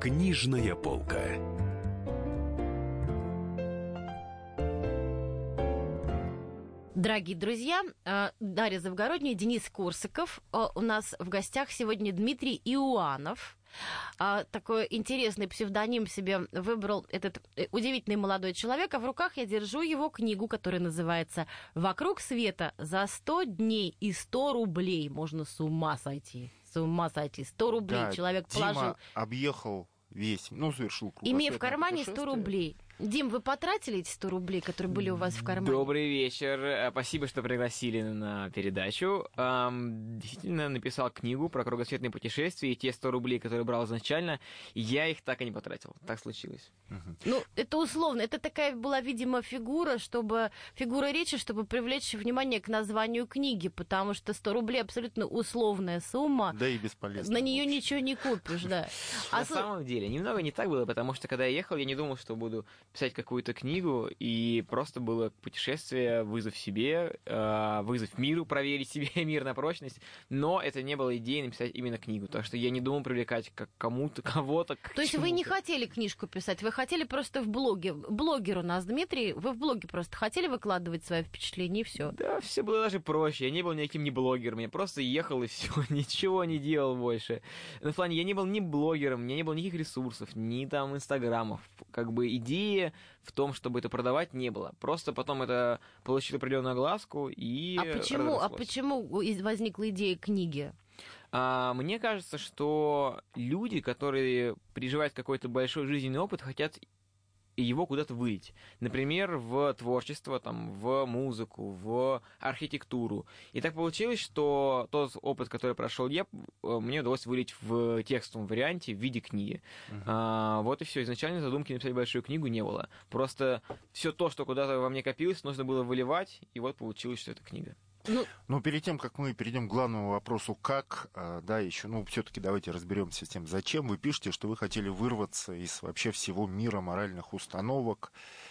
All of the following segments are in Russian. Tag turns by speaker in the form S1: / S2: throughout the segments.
S1: Книжная полка.
S2: Дорогие друзья, Дарья Завгородняя, Денис Корсаков. У нас в гостях сегодня Дмитрий Иоаннов. Такой интересный псевдоним себе выбрал этот удивительный молодой человек. А в руках я держу его книгу, которая называется «Вокруг света за 100 дней и 100 рублей». Можно с ума сойти. С ума сойти. 100 рублей
S3: да,
S2: человек
S3: Дима
S2: положил.
S3: Объехал весь, совершил кругосветное
S2: Имея в кармане 100 рублей. Дим, вы потратили эти 100 рублей, которые были у вас в кармане?
S4: Добрый вечер. Спасибо, что пригласили на передачу. Действительно, написал книгу про кругосветные путешествия, и те 100 рублей, которые брал изначально, я их так и не потратил. Так случилось.
S2: Ну, это условно. Это такая была, видимо, фигура речи, чтобы привлечь внимание к названию книги, потому что 100 рублей абсолютно условная сумма.
S3: Да и бесполезно.
S2: На нее ничего не купишь, да.
S4: На самом деле, немного не так было, потому что, когда я ехал, я не думал, что буду писать какую-то книгу, и просто было путешествие, вызов себе, вызов миру, проверить себе мир на прочность, но это не было идеей написать именно книгу, так что я не думал привлекать кого-то к
S2: То есть вы не хотели книжку писать, вы хотели просто в блоге. Блогер у нас, Дмитрий, вы в блоге просто хотели выкладывать свои впечатления, и все.
S4: Да, все было даже проще, я не был никаким не блогером, я просто ехал и все, ничего не делал больше. На плане, я не был ни блогером, у меня не было никаких ресурсов, ни там инстаграмов, как бы идеи в том, чтобы это продавать, не было. Просто потом это получило определенную огласку и
S2: почему возникла идея книги?
S4: Мне кажется, что люди, которые переживают какой-то большой жизненный опыт, хотят его куда-то вылить. Например, в творчество, в музыку, в архитектуру. И так получилось, что тот опыт, который прошел я, мне удалось вылить в текстовом варианте в виде книги. Вот и все. Изначально задумки написать большую книгу не было. Просто все то, что куда-то во мне копилось, нужно было выливать, и вот получилось, что это книга.
S3: Но перед тем, как мы перейдем к главному вопросу, как, все-таки давайте разберемся с тем, зачем вы пишете, что вы хотели вырваться из вообще всего мира моральных установок.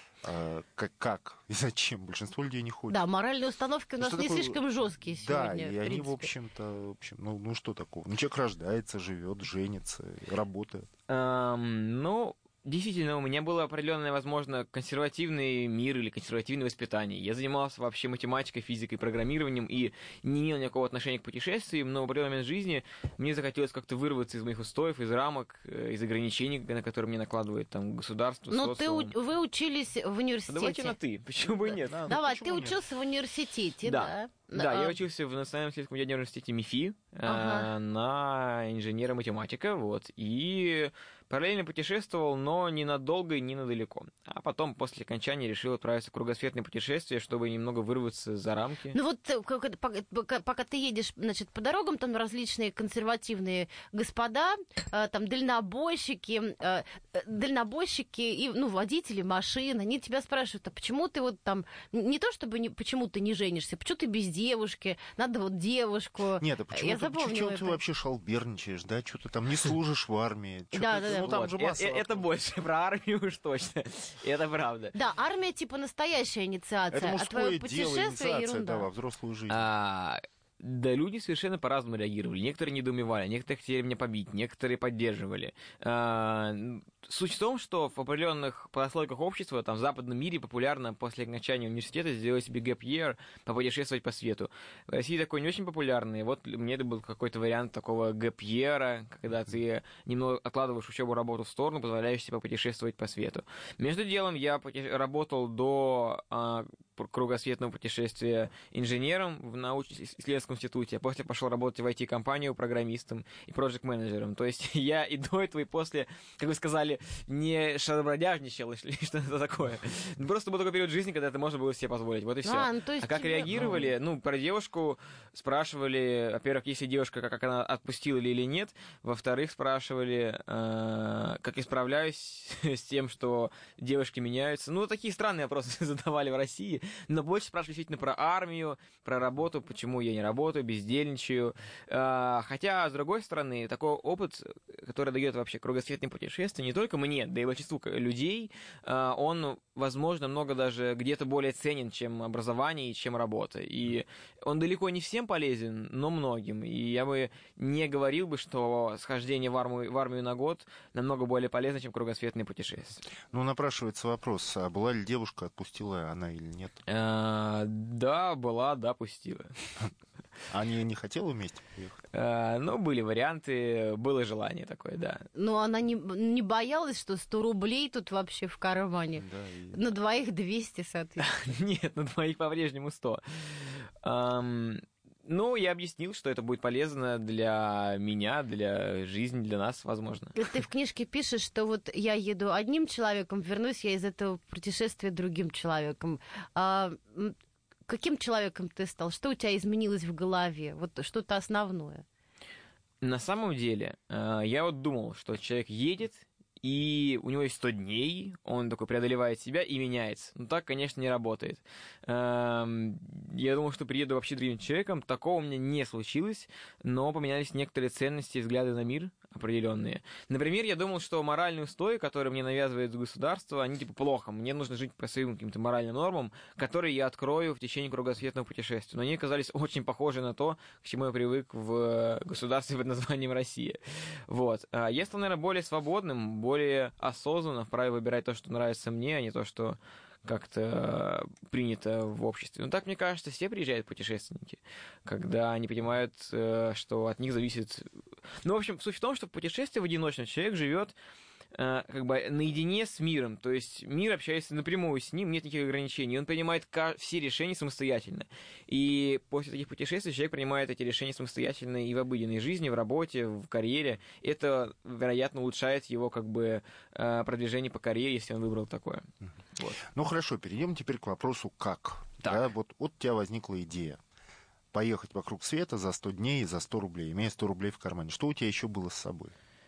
S3: Как и зачем? Большинство людей не ходят.
S2: Да, моральные установки у нас не слишком жесткие сегодня.
S3: Да, и они, в общем-то, что такого? Человек рождается, живет, женится, работает.
S4: Действительно, у меня был определенный, возможно, консервативный мир или консервативное воспитание. Я занимался вообще математикой, физикой, программированием и не имел никакого отношения к путешествиям, но в определенный момент жизни мне захотелось как-то вырваться из моих устоев, из рамок, из ограничений, на которые мне накладывает государство, социум.
S2: Но вы учились в университете.
S4: Давайте на «ты», почему бы и нет?
S2: Давай, ты учился в университете, да?
S4: Да, я учился в Национальном исследовательском ядерном университете МИФИ на инженера-математика, и параллельно путешествовал, но не надолго и не надалеко. А потом, после окончания, решил отправиться в кругосветное путешествие, чтобы немного вырваться за рамки.
S2: Пока ты едешь, по дорогам, там различные консервативные господа, там дальнобойщики и, водители машин, они тебя спрашивают, а почему ты не то чтобы почему ты не женишься, почему ты без девушки, надо девушку.
S3: Нет, а почему ты вообще шалберничаешь, да, что ты там не служишь в армии?
S2: Да.
S4: Это больше про армию уж точно, это правда.
S2: Да, армия настоящая инициация,
S3: это мужское
S2: а твое путешествие
S3: дело,
S2: ерунда.
S3: во взрослую жизнь.
S4: Да, люди совершенно по-разному реагировали. Некоторые недоумевали, некоторые хотели меня побить, некоторые поддерживали. Суть в том, что в определенных прослойках общества, в западном мире популярно после окончания университета сделать себе gap year, попутешествовать по свету. В России такой не очень популярный. Вот мне это был какой-то вариант такого gap year, когда ты немного откладываешь учебу, работу в сторону, позволяешь себе попутешествовать по свету. Между делом я работал до кругосветного путешествия инженером в научно-исследовательском институте, а после пошел работать в IT-компанию программистом и проект-менеджером. То есть я и до этого, и после, как вы сказали, не шарабродяжничал или что-то такое. Просто был такой период жизни, когда это можно было себе позволить. Вот и все. А как реагировали? Про девушку спрашивали, во-первых, если девушка, как она отпустила или нет. Во-вторых, спрашивали, как я справляюсь с тем, что девушки меняются. Такие странные вопросы задавали в России. Но больше спрашивали действительно про армию, про работу, почему я не работаю, бездельничаю. Хотя, с другой стороны, такой опыт, который дает вообще кругосветное путешествие, не только мне, да и большинству людей, он возможно, много даже где-то более ценен, чем образование и чем работа. И он далеко не всем полезен, но многим. И я бы не говорил бы, что схождение в армию на год намного более полезно, чем кругосветные путешествия.
S3: Ну, напрашивается вопрос, а была ли девушка, отпустила она или нет?
S4: Да, была, да, пустила.
S3: А не хотела вместе поехать?
S4: Ну, были варианты, было желание такое, да.
S2: Но она не боялась, что 100 рублей тут вообще в кармане?
S3: Да,
S2: На двоих 200, соответственно.
S4: Нет, на двоих по-прежнему 100. Ну, я объяснил, что это будет полезно для меня, для жизни, для нас, возможно.
S2: Ты в книжке пишешь, что вот я еду одним человеком, вернусь я из этого путешествия другим человеком. Каким человеком ты стал? Что у тебя изменилось в голове? Вот что-то основное.
S4: На самом деле, я вот думал, что человек едет, и у него есть 100 дней, он такой преодолевает себя и меняется. Но так, конечно, не работает. Я думал, что приеду вообще другим человеком, такого у меня не случилось, но поменялись некоторые ценности и взгляды на мир определенные. Например, я думал, что моральные устои, которые мне навязывает государство, они типа плохо. Мне нужно жить по своим каким-то моральным нормам, которые я открою в течение кругосветного путешествия. Но они оказались очень похожи на то, к чему я привык в государстве под названием Россия. Вот. Я стал, наверное, более свободным, более осознанно, вправе выбирать то, что нравится мне, а не то, что как-то принято в обществе. Ну, так, мне кажется, все приезжают путешественники, когда они понимают, что от них зависит... Ну, в общем, суть в том, что в путешествии в одиночном человек живет как бы наедине с миром, то есть мир общается напрямую с ним, нет никаких ограничений, он принимает все решения самостоятельно. И после таких путешествий человек принимает эти решения самостоятельно и в обыденной жизни, в работе, в карьере. Это, вероятно, улучшает его как бы продвижение по карьере, если он выбрал такое. Вот.
S3: Ну хорошо, перейдем теперь к вопросу «как?». Да, вот у тебя возникла идея поехать вокруг света за 100 дней и за 100 рублей, имея 100 рублей в кармане. Что у тебя еще было с собой?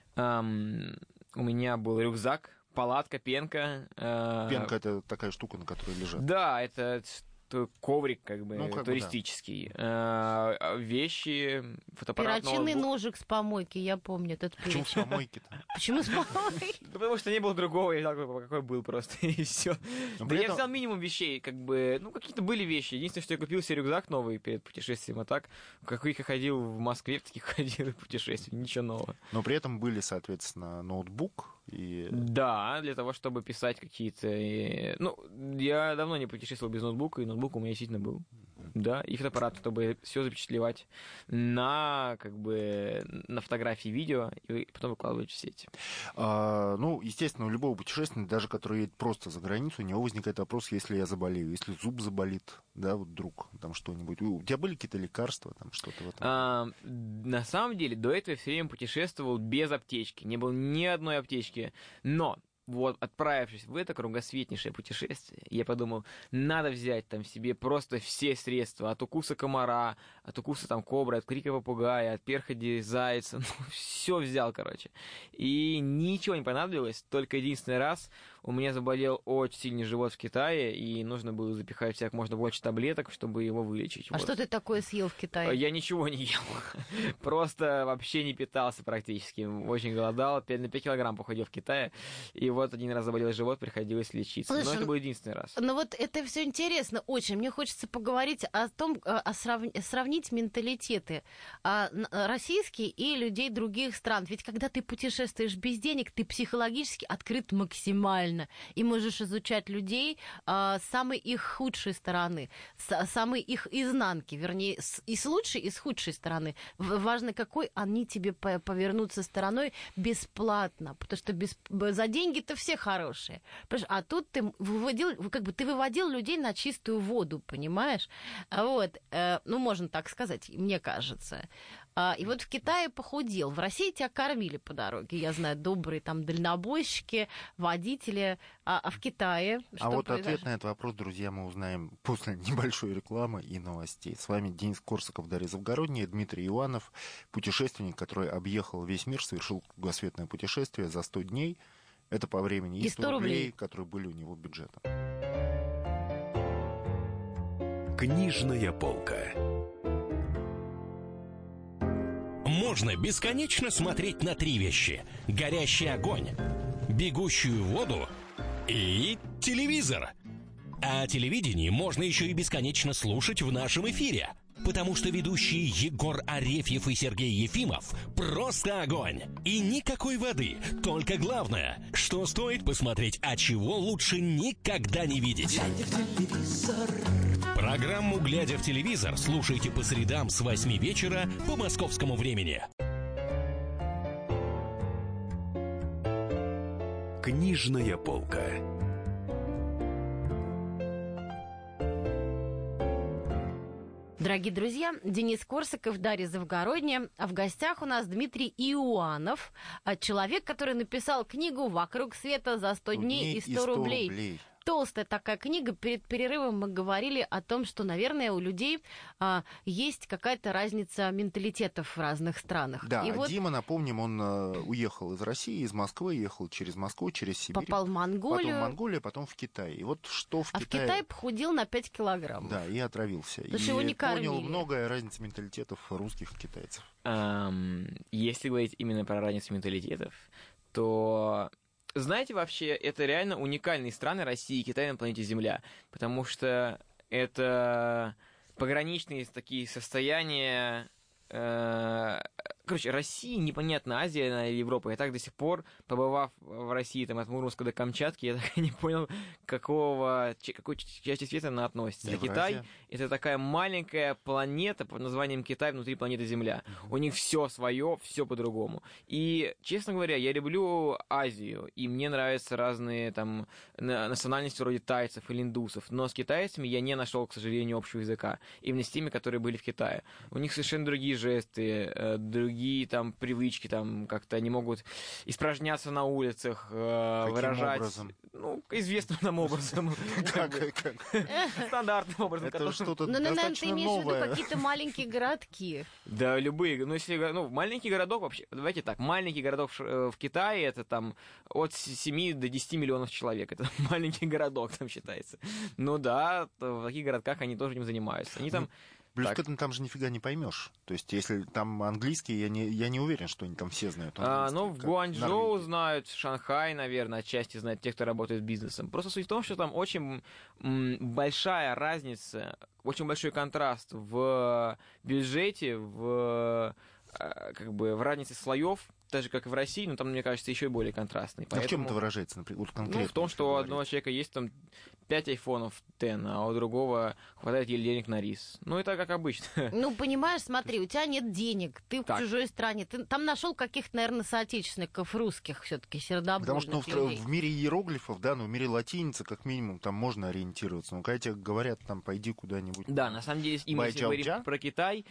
S4: У меня был рюкзак, палатка, пенка.
S3: Пенка — это такая штука, на которой лежат.
S4: Да, это коврик, как бы,
S3: как
S4: туристический. Да. Вещи, фотоаппарат,
S2: перочинный ножик с помойки, я помню этот перечень.
S3: Почему с помойки-то?
S2: Почему с помойки?
S4: Потому что не было другого, я взял какой был просто, и все. Да я взял минимум вещей, как бы, ну, какие-то были вещи. Единственное, что я купил себе рюкзак новый перед путешествием, а так, в каких я ходил в Москве, в таких ходил и путешествий, ничего нового.
S3: Но при этом были, соответственно, ноутбук и...
S4: Да, для того, чтобы писать какие-то... Ну, я давно не путешествовал без ноутбука, и ноутбук у меня действительно был. Да, и фотоаппарат, чтобы все запечатлевать на, как бы, на фотографии, видео, и потом выкладывать в сети.
S3: Ну, естественно, у любого путешественника, даже который едет просто за границу, у него возникает вопрос, если я заболею, если зуб заболит, да, вот вдруг, там что-нибудь. У тебя были какие-то лекарства, там что-то в этом?
S4: На самом деле, до этого я все время путешествовал без аптечки, не было ни одной аптечки, но... Вот, отправившись в это кругосветнейшее путешествие, я подумал, надо взять там себе просто все средства, от укуса комара, от укуса там кобры, от крика попугая, от перхоти зайца, ну, все взял, короче. И ничего не понадобилось, только единственный раз у меня заболел очень сильный живот в Китае, и нужно было запихать как можно больше таблеток, чтобы его вылечить.
S2: А вот. Что ты такое съел в Китае?
S4: Я ничего не ел, просто вообще не питался практически, очень голодал, на 5 килограмм походил в Китае, и вот один раз заболел живот, приходилось лечиться. Слушай, но это был единственный раз.
S2: Ну вот это все интересно очень. Мне хочется поговорить о том, сравнить менталитеты российские и людей других стран. Ведь когда ты путешествуешь без денег, ты психологически открыт максимально. И можешь изучать людей с самой их худшей стороны, с самой их изнанки, вернее, и с лучшей, и с худшей стороны. Важно, какой они тебе повернутся стороной бесплатно, потому что за деньги-то все хорошие. А тут ты выводил людей на чистую воду, понимаешь? Вот, ну, можно так сказать, мне кажется. И вот в Китае похудел. В России тебя кормили по дороге. Я знаю, добрые там дальнобойщики, водители. А в Китае что
S3: вот
S2: произошло?
S3: Ответ на этот вопрос, друзья, мы узнаем после небольшой рекламы и новостей. С вами Денис Корсаков, Дарья Завгородняя, Дмитрий Иванов, путешественник, который объехал весь мир, совершил кругосветное путешествие за 100 дней. Это по времени и 100 рублей, которые были у него бюджетом.
S1: Книжная полка. Можно бесконечно смотреть на три вещи: горящий огонь, бегущую воду и телевизор. А о телевидении можно еще и бесконечно слушать в нашем эфире. Потому что ведущие Егор Арефьев и Сергей Ефимов просто огонь. И никакой воды. Только главное, что стоит посмотреть, а чего лучше никогда не видеть.
S5: Глядя в телевизор.
S1: Программу «Глядя в телевизор» слушайте по средам с 8 вечера по московскому времени. Книжная полка.
S2: Дорогие друзья, Денис Корсаков, Дарья Завгородняя. А в гостях у нас Дмитрий Иоаннов, человек, который написал книгу «Вокруг света за 100 дней и 100 рублей». Толстая такая книга. Перед перерывом мы говорили о том, что, наверное, у людей есть какая-то разница менталитетов в разных странах.
S3: Да,
S2: и
S3: вот Дима, напомним, он уехал из России, из Москвы, ехал через Москву, через Сибирь.
S2: Попал в Монголию.
S3: Потом в Монголию, потом в Китай. И вот что в Китае...
S2: в Китае похудел на 5 килограммов.
S3: Да, и отравился.
S2: Потому что его не кормили.
S3: Понял многое разница менталитетов русских и китайцев.
S4: Если говорить именно про разницу менталитетов, то... Знаете, вообще, это реально уникальные страны России и Китай на планете Земля, потому что это пограничные такие состояния... Короче, Россия, непонятно, Азия или Европа. Я так до сих пор, побывав в России там, от Мурманска до Камчатки, я так и не понял, какой части света она относится. А Китай — это такая маленькая планета под названием Китай внутри планеты Земля. У них все свое, все по-другому. И, честно говоря, я люблю Азию, и мне нравятся разные там национальности вроде тайцев или индусов, но с китайцами я не нашел, к сожалению, общего языка. Именно с теми, которые были в Китае. У них совершенно другие жесты, другие там привычки, там как-то они могут испражняться на улицах, выражать...
S3: образом?
S4: Ну, известным нам образом. Стандартным образом.
S3: Это что-то
S2: наверное, ты
S3: достаточно
S2: имеешь в виду
S3: новое.
S2: какие-то маленькие городки.
S4: Да, любые. Ну, если... маленький городок вообще... Давайте так. Маленький городок в Китае — это там от 7 до 10 миллионов человек. Это маленький городок там считается. Ну да, в таких городках они тоже этим занимаются. Они там...
S3: Плюс к этому там же нифига не поймешь. То есть, если там английский, я не уверен, что они там все знают английский.
S4: В Гуанчжоу знают, в Шанхае, наверное, отчасти знают те, кто работает с бизнесом. Просто суть в том, что там очень большая разница, очень большой контраст в бюджете, в разнице слоев, так же, как и в России, но там, мне кажется, еще и более контрастный.
S3: А в чем это выражается, например, конкретно?
S4: В том, что у одного человека есть там 5 айфонов X, а у другого хватает еле денег на рис. Ну, это как обычно.
S2: Ну, понимаешь, смотри, у тебя нет денег, ты в чужой стране. Ты там нашел каких-то, наверное, соотечественников русских все-таки, сердобольных
S3: Потому что в мире иероглифов, да, в мире латиницы, как минимум, там можно ориентироваться. Но когда тебе говорят, там, пойди куда-нибудь.
S4: Да, на самом деле, именно если говорим про Китай,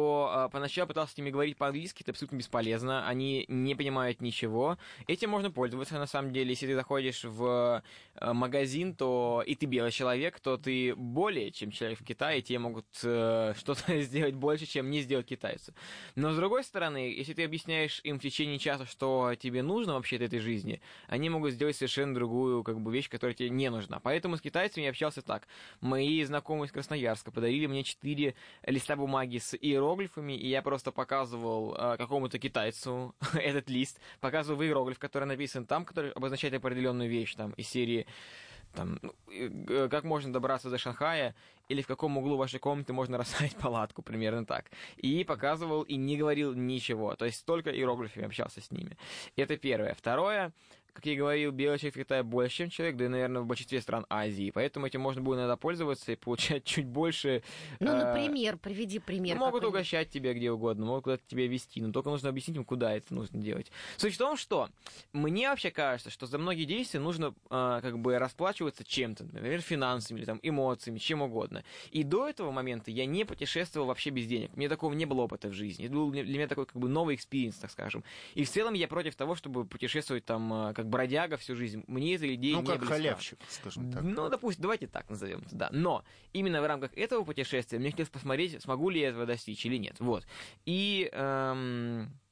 S4: то поначалу пытался с ними говорить по-английски, это абсолютно бесполезно. Они не понимают ничего. Этим можно пользоваться, на самом деле. Если ты заходишь в магазин, то и ты белый человек, то ты более чем человек в Китае, тебе могут что-то сделать больше, чем не сделать китайцу. Но, с другой стороны, если ты объясняешь им в течение часа, что тебе нужно вообще-то этой жизни, они могут сделать совершенно другую вещь, которая тебе не нужна. Поэтому с китайцами я общался так. Мои знакомые из Красноярска подарили мне 4 листа бумаги с иероглифами, и я просто показывал какому-то китайцу этот лист, показываю иероглиф, который написан там, который обозначает определенную вещь, там, из серии там, как можно добраться до Шанхая, или в каком углу вашей комнаты можно расставить палатку, примерно так. И показывал, и не говорил ничего. То есть только иероглифами общался с ними. Это первое. Второе, как я и говорил, белый человек в Китае больше, чем человек, да и, наверное, в большинстве стран Азии. Поэтому этим можно было иногда пользоваться и получать чуть больше...
S2: Ну, например, приведи пример.
S4: Могут угощать тебя где угодно, могут куда-то тебя везти, но только нужно объяснить им, куда это нужно делать. Суть в том, что мне вообще кажется, что за многие действия нужно расплачиваться чем-то, например, финансами, или, там, эмоциями, чем угодно. И до этого момента я не путешествовал вообще без денег. Мне такого не было опыта в жизни. Это был для меня такой новый экспириенс, так скажем. И в целом я против того, чтобы путешествовать там как бродяга всю жизнь. Мне эта идея не близка.
S3: Ну, как халявщик, скажем так.
S4: Ну, допустим, давайте так назовем это, да. Но именно в рамках этого путешествия мне хотелось посмотреть, смогу ли я этого достичь или нет. Вот. И...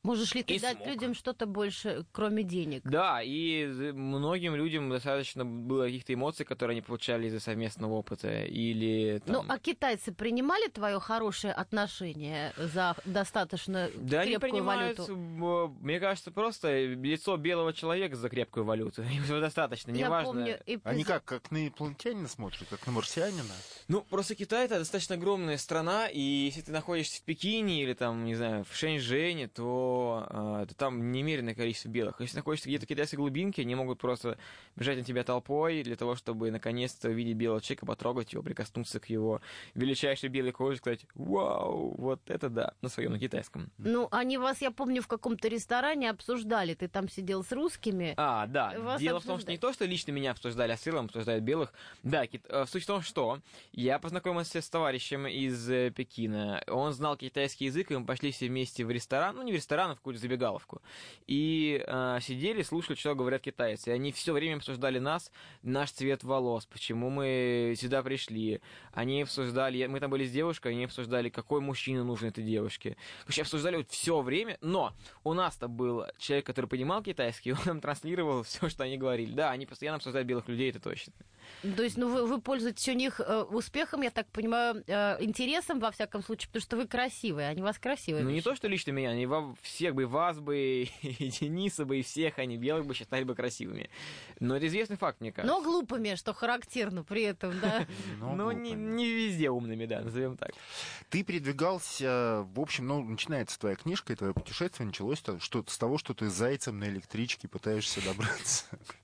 S2: Можешь ли ты дать людям что-то больше, кроме денег?
S4: Да, и многим людям достаточно было каких-то эмоций, которые они получали из-за совместного опыта. Или, там...
S2: Ну, а китайцы принимали твое хорошее отношение за достаточно
S4: да,
S2: крепкую валюту?
S4: Мне кажется, просто лицо белого человека за крепкую валюту. Им этого достаточно, неважно.
S2: Помню,
S3: Они как на инопланетянина смотрят, как на марсианина?
S4: Ну, просто Китай — это достаточно огромная страна, и если ты находишься в Пекине или, там, не знаю, в Шэньчжэне, то там немереное количество белых. Если находишься где-то в китайской глубинке, они могут просто бежать на тебя толпой для того, чтобы наконец-то увидеть белого человека, потрогать его, прикоснуться к его величайшей белой коже, сказать: «Вау, вот это да», на своем, на китайском.
S2: Ну, они вас, я помню, в каком-то ресторане обсуждали. Ты там сидел с русскими.
S4: Да.
S2: Вас
S4: Дело в том, что не то, что лично меня обсуждали, а в целом обсуждают белых. Да, суть в том, что я познакомился с товарищем из Пекина. Он знал китайский язык, и мы пошли все вместе в ресторан. Ну, не в ресторан, а в какую-то забегаловку. И сидели, слушали, что говорят китайцы. И они все время обсуждали нас, наш цвет волос, почему мы сюда пришли. Они обсуждали, мы там были с девушкой, они обсуждали, какой мужчина нужен этой девушке. Вообще обсуждали вот все время, но у нас-то был человек, который понимал китайский, он нам транслировал все, что они говорили. Да, они постоянно обсуждают белых людей, это точно.
S2: То есть, ну, вы пользуетесь у них успехом, я так понимаю, интересом, во всяком случае, потому что вы красивые, они вас красивые.
S4: Ну, не то, что лично меня, они всех бы, вас бы, и Дениса бы, и всех они белых бы считали бы красивыми. Но это известный факт, мне кажется.
S2: Но глупыми, что характерно при этом, да.
S4: Но не везде умными, да, назовем так.
S3: Ты передвигался, в общем, начинается твоя книжка, и твое путешествие началось с того, что ты с зайцем на электричке пытаешься добраться.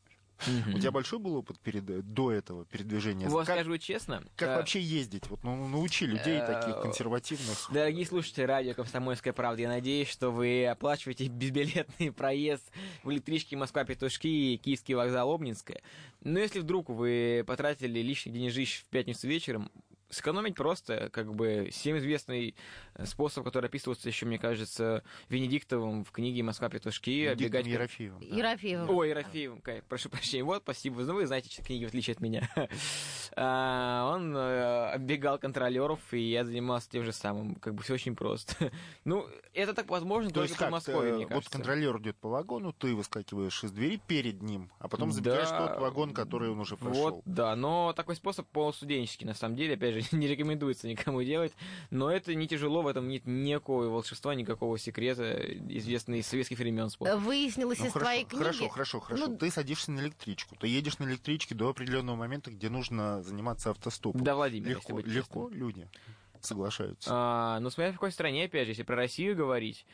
S3: У тебя большой был опыт до этого передвижения?
S4: Вот скажу честно.
S3: Как вообще ездить? Вот научи людей таких консервативных.
S4: Дорогие слушатели радио «Комсомольская правда», я надеюсь, что вы оплачиваете безбилетный проезд в электричке Москва-Петушки и Киевский вокзал Обнинская. Но если вдруг вы потратили лишний денежищ в пятницу вечером, сэкономить просто, всем известный способ, который описывался еще, мне кажется, Венедиктовым в книге «Москва-Петушки».
S2: Ерофеевым.
S4: Ой, Ерофеевым, прошу прощения. Вот, спасибо. Вы знаете, что книги в отличие от меня. Он оббегал контролеров, и я занимался тем же самым. Все очень просто. Ну, это так возможно только в Подмосковье, мне кажется.
S3: Вот контролер идет по вагону, ты выскакиваешь из двери перед ним, а потом забегаешь в тот вагон, который он уже прошел.
S4: Вот, да, но такой способ полустуденческий, на самом деле, опять же, не рекомендуется никому делать, но это не тяжело, в этом нет никакого волшебства, никакого секрета, известный из советских времен способ.
S2: Выяснилось из твоей книги...
S3: Хорошо. Ты садишься на электричку, ты едешь на электричке до определенного момента, где нужно заниматься автостопом.
S4: Да, Владимир,
S3: легко люди соглашаются.
S4: Ну, смотря в какой стране, опять же, если про Россию говорить,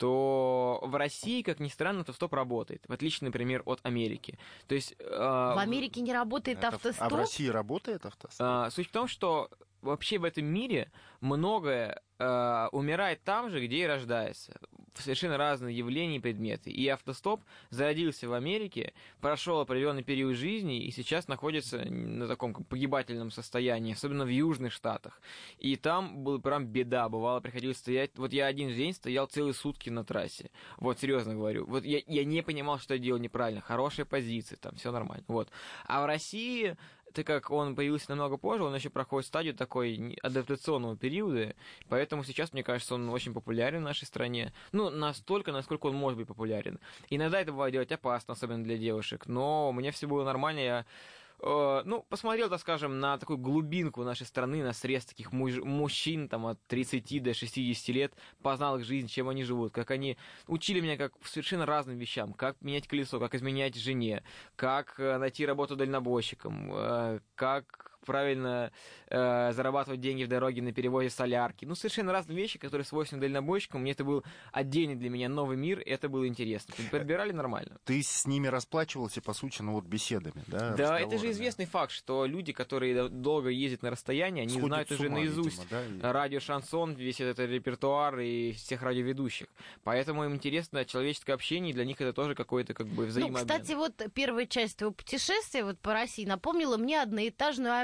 S4: то в России, как ни странно, автостоп работает, в отличие, например, от Америки. То есть,
S2: в Америке не работает автостоп?
S3: А в России работает автостоп?
S4: Суть в том, что вообще в этом мире многое умирает там же, где и рождается. Совершенно разные явления и предметы. И автостоп зародился в Америке, прошел определенный период жизни и сейчас находится на таком погибательном состоянии, особенно в южных штатах. И там была прям беда, бывало, приходилось стоять. Вот я один день стоял целые сутки на трассе. Вот, серьезно говорю. Вот я не понимал, что я делал неправильно. Хорошая позиция, там все нормально. Вот. А в России, так как он появился намного позже, он еще проходит стадию такой адаптационного периода, поэтому сейчас, мне кажется, он очень популярен в нашей стране. Ну, настолько, насколько он может быть популярен. Иногда это бывает делать опасно, особенно для девушек, но у меня все было нормально, я посмотрел, так скажем, на такую глубинку нашей страны, на срез таких мужчин там, от 30 до 60 лет, познал их жизнь, чем они живут, как они учили меня как совершенно разным вещам, как менять колесо, как изменять жене, как найти работу дальнобойщиком, как правильно зарабатывать деньги в дороге на перевозе солярки. Ну, совершенно разные вещи, которые свойственны дальнобойщикам. Мне это был отдельный для меня новый мир, и это было интересно. Подбирали нормально.
S3: Ты с ними расплачивался, по сути, беседами, да?
S4: Да, это же известный факт, что люди, которые долго ездят на расстоянии, они знают уже наизусть радио «Шансон», весь этот репертуар и всех радиоведущих. Поэтому им интересно человеческое общение, и для них это тоже какой-то взаимообмен.
S2: Ну, кстати, вот первая часть твоего путешествия по России напомнила мне одноэтажную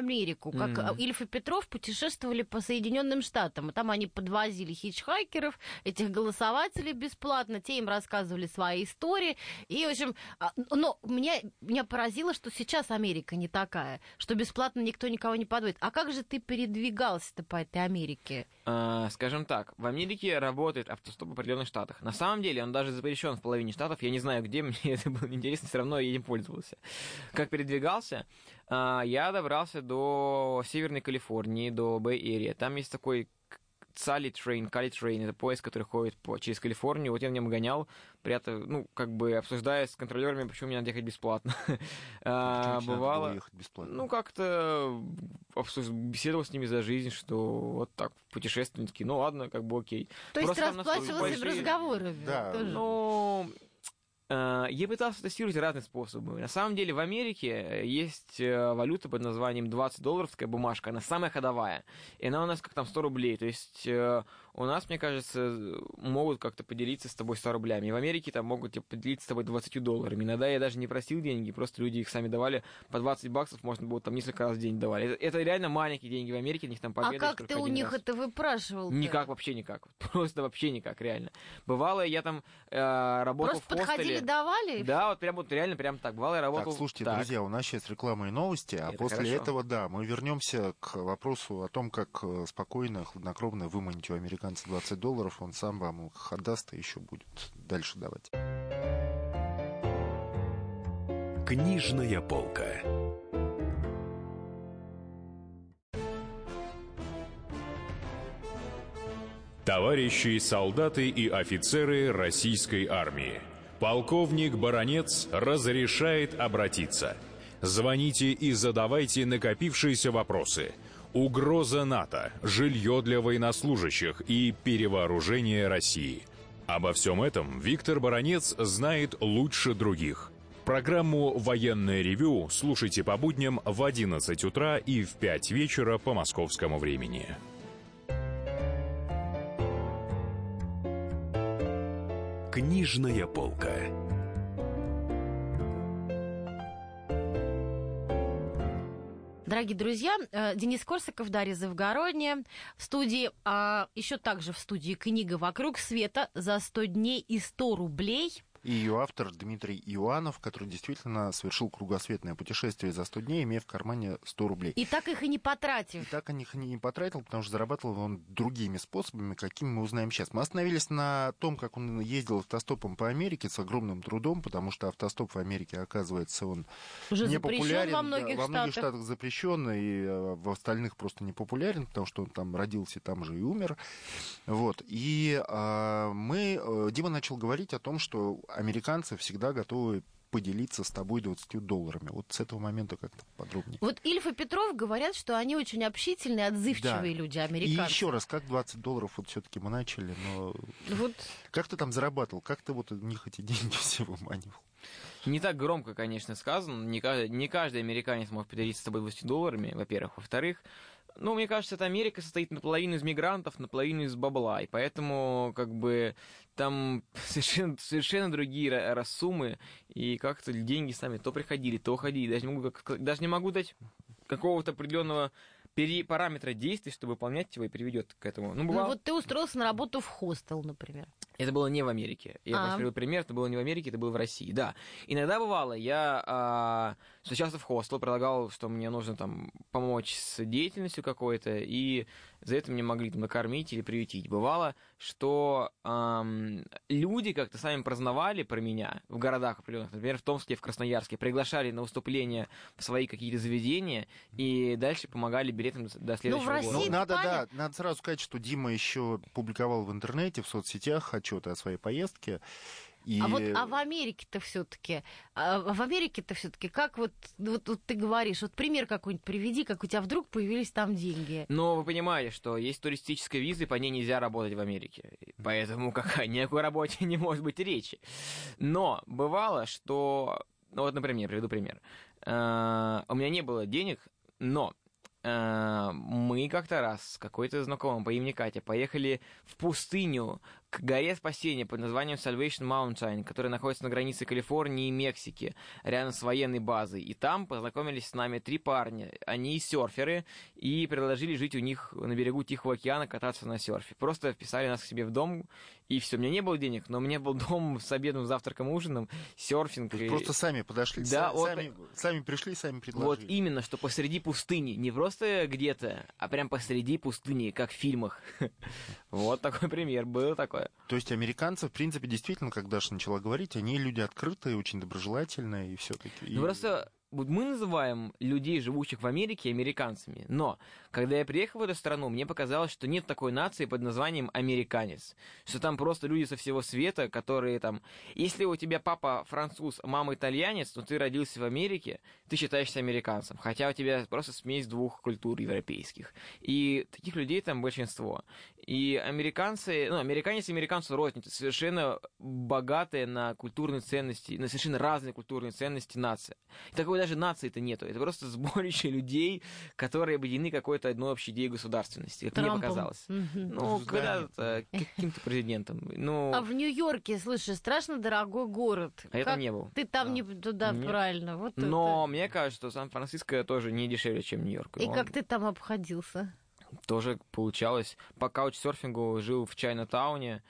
S2: Америку, как Ильф и Петров путешествовали по Соединенным Штатам. Там они подвозили хичхайкеров, этих голосователей бесплатно, те им рассказывали свои истории. И, в общем, но меня поразило, что сейчас Америка не такая, что бесплатно никто никого не подводит. А как же ты передвигался-то по этой Америке?
S4: Скажем так, в Америке работает автостоп в определенных штатах. На самом деле он даже запрещен в половине штатов. Я не знаю, где, мне это было интересно, все равно я им пользовался. Как передвигался? Я добрался до Северной Калифорнии, до Бэй-Эрии. Там есть такой Кали Трейн, это поезд, который ходит через Калифорнию. Вот я на нем гонял, обсуждая с контролерами, почему мне надо ехать бесплатно. Бывало, надо ехать бесплатно? Как-то беседовал с ними за жизнь, что вот так, путешественники, окей.
S2: То есть расплачивался разговорами?
S3: Да.
S4: Я пытался тестировать разные способы. На самом деле в Америке есть валюта под названием $20, такая бумажка, она самая ходовая. И она у нас как там 100 рублей. То есть у нас, мне кажется, могут как-то поделиться с тобой 100 рублями. И в Америке там могут поделиться с тобой $20. Иногда я даже не просил деньги, просто люди их сами давали. По $20 можно было там несколько раз в день давали. Это реально маленькие деньги в Америке, у них там победа.
S2: А как ты у них это выпрашивал?
S4: Никак, вообще никак. Просто вообще никак, реально. Бывало, я там работал
S2: просто
S4: в хостеле.
S2: Подходили, давали?
S4: Да, реально прям так. Бывало, я работал.
S3: Так, слушайте, друзья, у нас сейчас реклама и новости, а после этого, мы вернемся к вопросу о том, как спокойно, хладнокровно выманить у американца $20, он сам вам их отдаст и еще будет дальше давать.
S1: Книжная полка. Товарищи солдаты и офицеры российской армии, полковник Баранец разрешает обратиться. Звоните и задавайте накопившиеся вопросы. Угроза НАТО, жилье для военнослужащих и перевооружение России. Обо всем этом Виктор Баранец знает лучше других. Программу «Военное ревю» слушайте по будням в 11 утра и в 5 вечера по московскому времени. Книжная полка.
S2: Дорогие друзья, Денис Корсаков, Дарья Завгородняя. В студии, еще также в студии «Книга вокруг света» за 100 дней и 100 рублей.
S3: И ее автор Дмитрий Иоанов, который действительно совершил кругосветное путешествие за 100 дней, имея в кармане 100 рублей.
S2: И так их и не потратив.
S3: И так их и не потратил, потому что зарабатывал он другими способами, какими мы узнаем сейчас. Мы остановились на том, как он ездил автостопом по Америке с огромным трудом, потому что автостоп в Америке, оказывается, он
S2: уже
S3: не популярен.
S2: Во многих
S3: штатах запрещен, и в остальных просто не популярен, потому что он там родился, там же и умер. Вот. И Дима начал говорить о том, что американцы всегда готовы поделиться с тобой $20. Вот с этого момента как-то подробнее.
S2: Вот Ильф и Петров говорят, что они очень общительные, отзывчивые люди, американцы.
S3: И еще раз, как $20 вот все-таки мы начали, но
S2: вот.
S3: Как ты там зарабатывал? Как ты вот у них эти деньги все выманивал?
S4: Не так громко, конечно, сказано. Не каждый американец может поделиться с тобой $20, во-первых. Во-вторых, мне кажется, эта Америка состоит наполовину из мигрантов, наполовину из бабла, и поэтому, там совершенно другие рассумы, и как-то деньги сами то приходили, то уходили. Даже не могу дать какого-то определенного параметра действий, чтобы выполнять его и приведет к этому.
S2: Вот ты устроился на работу в хостел, например.
S4: Это было не в Америке. Я просто привел пример, это было не в Америке, это было в России, да. Иногда бывало, я встречался в хостел, предлагал, что мне нужно там помочь с деятельностью какой-то, и за это меня могли там накормить или приютить. Бывало, что люди как-то сами праздновали про меня в городах определенных, например, в Томске, в Красноярске, приглашали на выступления в свои какие-то заведения и дальше помогали билетам до следующего года.
S3: Надо сразу сказать, что Дима еще публиковал в интернете, в соцсетях отчеты о своей поездке.
S2: А в Америке-то все-таки, как вот ты говоришь, вот пример какой-нибудь приведи, как у тебя вдруг появились там деньги.
S4: Но вы понимаете, что есть туристическая виза, и по ней нельзя работать в Америке. Поэтому ни о какой работе не может быть речи. Но бывало, что... например, приведу пример. У меня не было денег, но мы как-то раз с какой-то знакомым по имени Катя поехали в пустыню к горе спасения под названием Salvation Mountain, которая находится на границе Калифорнии и Мексики, рядом с военной базой. И там познакомились с нами 3 парня. Они серферы, и предложили жить у них на берегу Тихого океана, кататься на серфе. Просто вписали нас к себе в дом, и все. У меня не было денег, но у меня был дом с обедом, завтраком, ужином, серфинг.
S3: Просто сами подошли,
S4: да,
S3: сами пришли, сами предложили.
S4: Вот именно, что посреди пустыни. Не просто где-то, а прям посреди пустыни, как в фильмах. Вот такой пример, было такое.
S3: То есть американцы, в принципе, действительно, как Даша начала говорить, они люди открытые, очень доброжелательные и все-таки.
S4: Ну просто мы называем людей, живущих в Америке, американцами. Но когда я приехал в эту страну, мне показалось, что нет такой нации под названием американец. Что там просто люди со всего света, которые там... Если у тебя папа француз, мама итальянец, но ты родился в Америке, ты считаешься американцем. Хотя у тебя просто смесь 2 культур европейских. И таких людей там большинство. И американцы... Ну, американец и американцу розница. Совершенно богатые на культурные ценности, на совершенно разные культурные ценности нация. Такой даже нации-то нету. Это просто сборище людей, которые объединены какой-то одной общей идеей государственности, как
S2: Трампом.
S4: мне показалось. Ну, когда-то каким-то президентом. Ну...
S2: А в Нью-Йорке, слушай, страшно дорогой город.
S4: А я там не был.
S2: Ты там не туда,
S4: Нет.
S2: правильно. Вот
S4: Но
S2: это.
S4: мне кажется, что Сан-Франциско тоже не дешевле, чем Нью-Йорк.
S2: И как ты там обходился?
S4: Тоже получалось. По каучсерфингу жил в Чайна-тауне.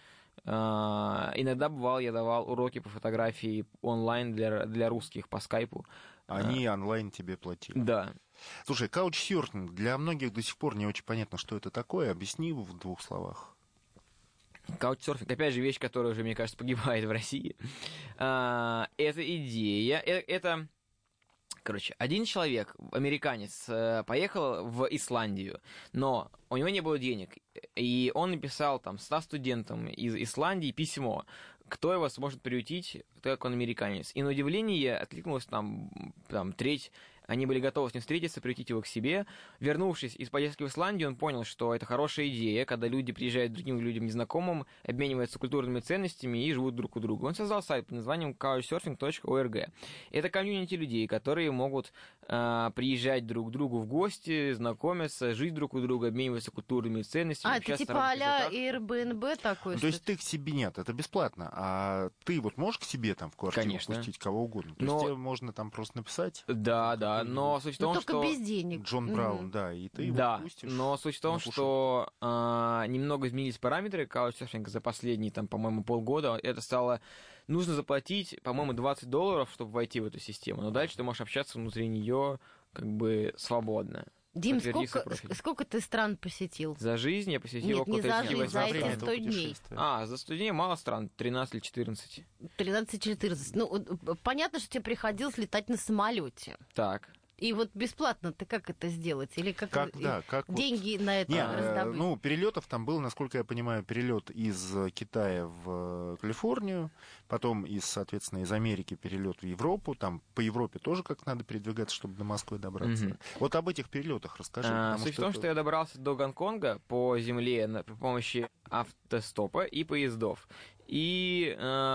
S4: Иногда бывал, я давал уроки по фотографии онлайн для русских по скайпу.
S3: Они онлайн тебе платили.
S4: Да.
S3: Слушай, каучсерфинг, для многих до сих пор не очень понятно, что это такое. Объясни в 2 словах.
S4: Каучсерфинг, опять же, вещь, которая уже, мне кажется, погибает в России. Это идея, это... Короче, один человек, американец, поехал в Исландию, но у него не было денег, и он написал там 100 студентам из Исландии письмо, кто его сможет приютить, так как он американец. И на удивление откликнулось там треть. Они были готовы с ним встретиться, приютить его к себе. Вернувшись из поездки в Исландию, он понял, что это хорошая идея, когда люди приезжают к другим людям незнакомым, обмениваются культурными ценностями и живут друг у друга. Он создал сайт под названием couchsurfing.org. Это комьюнити людей, которые могут приезжать друг к другу в гости, знакомиться, жить друг у друга, обмениваться культурными ценностями.
S2: Это типа а-ля Airbnb такой?
S3: То есть ты к себе нет, это бесплатно. А ты вот можешь к себе там в квартиру
S4: Конечно.
S3: пустить кого угодно? То есть тебе можно там просто написать?
S4: Да, но суть в том,
S2: только
S4: что...
S2: без денег.
S3: Джон Браун, да, и ты
S4: да,
S3: его пустишь.
S4: но суть в том, что немного изменились параметры каучсерфинга за последние, там, по-моему, полгода. Это стало... Нужно заплатить, по-моему, $20, чтобы войти в эту систему. Но дальше ты можешь общаться внутри нее как бы свободно.
S2: Дим, сколько ты стран посетил?
S4: За жизнь я посетил
S2: Нет,
S4: около
S2: не за
S4: 38.
S2: жизнь, за
S3: время
S2: эти
S3: этого
S2: 100 дней.
S3: путешествия.
S4: За 100 дней мало стран, 13 или 14.
S2: 13-14. Ну, понятно, что тебе приходилось летать на самолете.
S4: Так.
S2: И вот бесплатно ты как это сделать? Или как деньги
S3: вот...
S2: на это раздобыть?
S3: Ну, перелетов там был, насколько я понимаю, перелет из Китая в Калифорнию, потом, соответственно, из Америки перелет в Европу. Там по Европе тоже как надо передвигаться, чтобы до Москвы добраться.
S4: Угу.
S3: Вот об этих перелетах расскажи.
S4: Суть в том, что я добрался до Гонконга по земле при помощи автостопа и поездов. И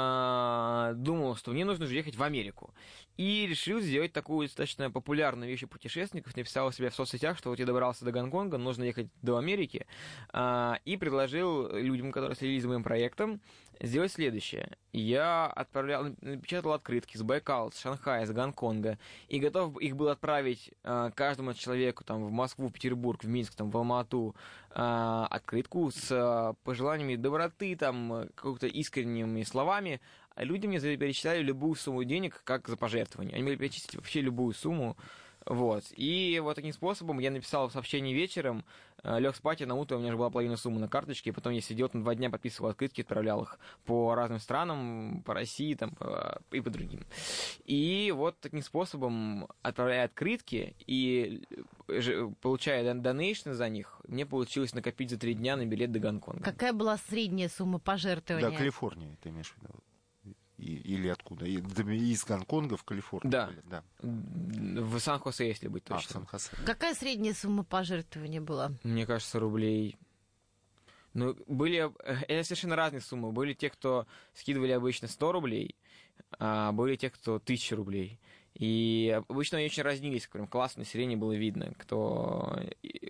S4: думал, что мне нужно же ехать в Америку. И решил сделать такую достаточно популярную вещь у путешественников. Написал у себя в соцсетях, что вот я добрался до Гонконга, нужно ехать до Америки. И предложил людям, которые следили за моим проектом, сделать следующее. Я напечатал открытки с Байкала, с Шанхая, с Гонконга. И готов их был отправить каждому человеку там, в Москву, в Петербург, в Минск, там, в Алмату открытку с пожеланиями доброты, там, какими-то искренними словами. А люди мне перечисляли любую сумму денег, как за пожертвование. Они могли перечислить вообще любую сумму. Вот. И вот таким способом я написал сообщение вечером, лег спать, и на утро у меня же была половина суммы на карточке, и потом я сидел, 2 дня подписывал открытки, отправлял их по разным странам, по России там, и по другим. И вот таким способом, отправляя открытки и получая донейшны за них, мне получилось накопить за 3 дня на билет до Гонконга.
S2: Какая была средняя сумма пожертвования?
S3: Да, Калифорния, ты имеешь в виду. Или откуда? Из Гонконга в Калифорнию?
S4: Да.
S3: Были? Да.
S4: В Сан-Хосе, если быть точным.
S3: В Сан-Хосе.
S2: Какая средняя сумма пожертвования была?
S4: Мне кажется, рублей... Ну, это совершенно разные суммы. Были те, кто скидывали обычно 100 рублей, а были те, кто 1000 рублей. И обычно они очень разнились, прям класс населения было видно, кто